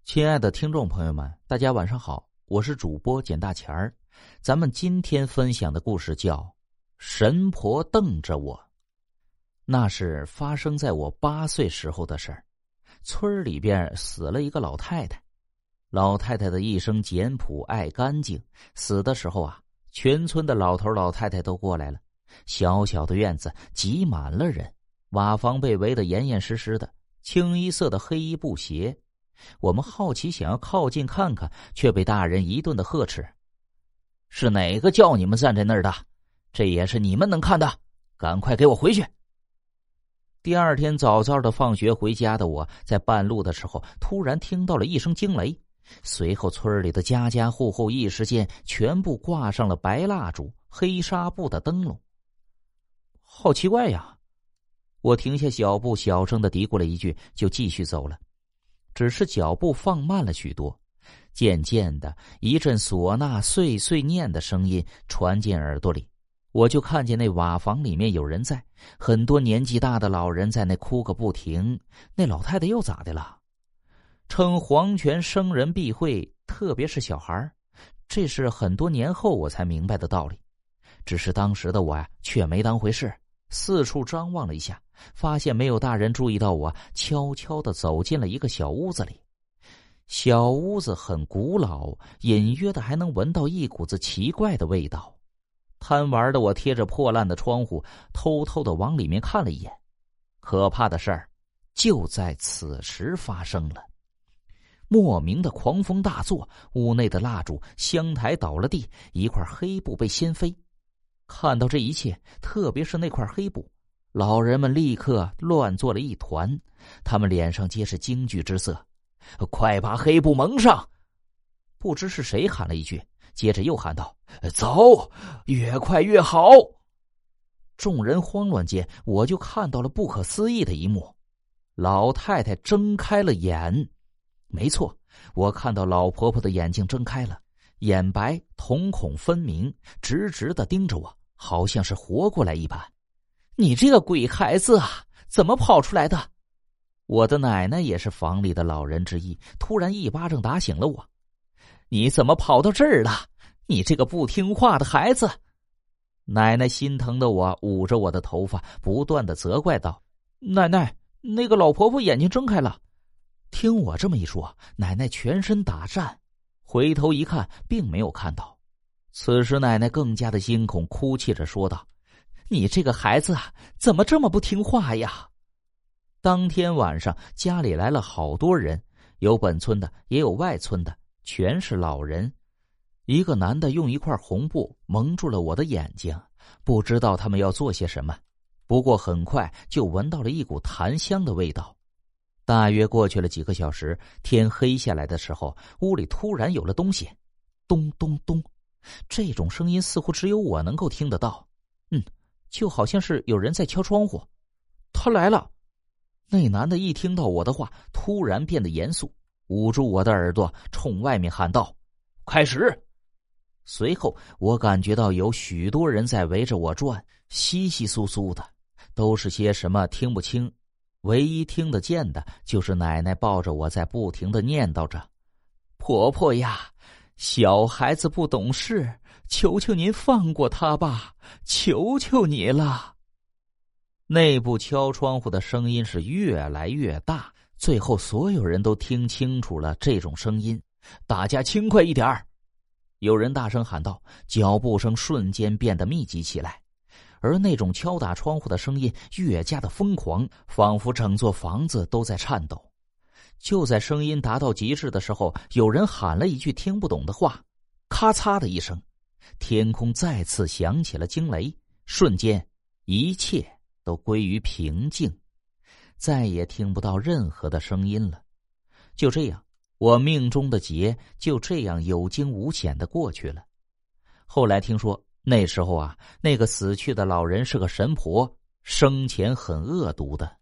亲爱的听众朋友们，大家晚上好，我是主播简大钱儿。咱们今天分享的故事叫《神婆瞪着我》。那是发生在我8岁时候的事儿。村里边死了一个老太太，老太太的一生简朴爱干净，死的时候啊，全村的老头老太太都过来了。小小的院子挤满了人，瓦房被围得严严实实的，清一色的黑衣布鞋。我们好奇想要靠近看看，却被大人一顿的呵斥：是哪个叫你们站在那儿的？这也是你们能看的，赶快给我回去。第二天早早的放学回家的我，在半路的时候突然听到了一声惊雷，随后村里的家家户户一时间全部挂上了白蜡烛、黑纱布的灯笼。好奇怪呀！我停下脚步，小声的嘀咕了一句，就继续走了。只是脚步放慢了许多，渐渐的，一阵唢呐碎碎念的声音传进耳朵里，我就看见那瓦房里面有人在，很多年纪大的老人在那哭个不停。那老太太又咋的了？称黄泉生人必会，特别是小孩，这是很多年后我才明白的道理。只是当时的我呀，却没当回事，四处张望了一下，发现没有大人注意到我，悄悄地走进了一个小屋子里。小屋子很古老，隐约的还能闻到一股子奇怪的味道。贪玩的我贴着破烂的窗户，偷偷地往里面看了一眼。可怕的事儿就在此时发生了。莫名的狂风大作，屋内的蜡烛、香台倒了地，一块黑布被掀飞。看到这一切，特别是那块黑布，老人们立刻乱作了一团，他们脸上皆是惊惧之色。快把黑布蒙上！不知是谁喊了一句，接着又喊道：走，越快越好！众人慌乱间，我就看到了不可思议的一幕。老太太睁开了眼。没错，我看到老婆婆的眼睛睁开了，眼白瞳孔分明，直直地盯着我，好像是活过来一般。你这个鬼孩子啊，怎么跑出来的？我的奶奶也是房里的老人之一，突然一巴掌打醒了我。你怎么跑到这儿了？你这个不听话的孩子！奶奶心疼的我捂着我的头发，不断的责怪道：奶奶，那个老婆婆眼睛睁开了。听我这么一说，奶奶全身打颤，回头一看，并没有看到。此时奶奶更加的惊恐，哭泣着说道：你这个孩子啊，怎么这么不听话呀？当天晚上家里来了好多人，有本村的，也有外村的，全是老人。一个男的用一块红布蒙住了我的眼睛，不知道他们要做些什么。不过很快就闻到了一股檀香的味道。大约过去了几个小时，天黑下来的时候，屋里突然有了东西，咚咚咚，这种声音似乎只有我能够听得到。就好像是有人在敲窗户。他来了！那男的一听到我的话，突然变得严肃，捂住我的耳朵，冲外面喊道：开始！随后我感觉到有许多人在围着我转，稀稀疏疏的，都是些什么听不清，唯一听得见的就是奶奶抱着我在不停的念叨着：婆婆呀，小孩子不懂事，求求您放过他吧，求求你了。内部敲窗户的声音是越来越大，最后所有人都听清楚了这种声音。大家轻快一点儿！有人大声喊道，脚步声瞬间变得密集起来，而那种敲打窗户的声音越加的疯狂，仿佛整座房子都在颤抖。就在声音达到极致的时候，有人喊了一句听不懂的话，咔嚓的一声，天空再次响起了惊雷，瞬间一切都归于平静，再也听不到任何的声音了。就这样，我命中的劫就这样有惊无险的过去了。后来听说那时候啊，那个死去的老人是个神婆，生前很恶毒的。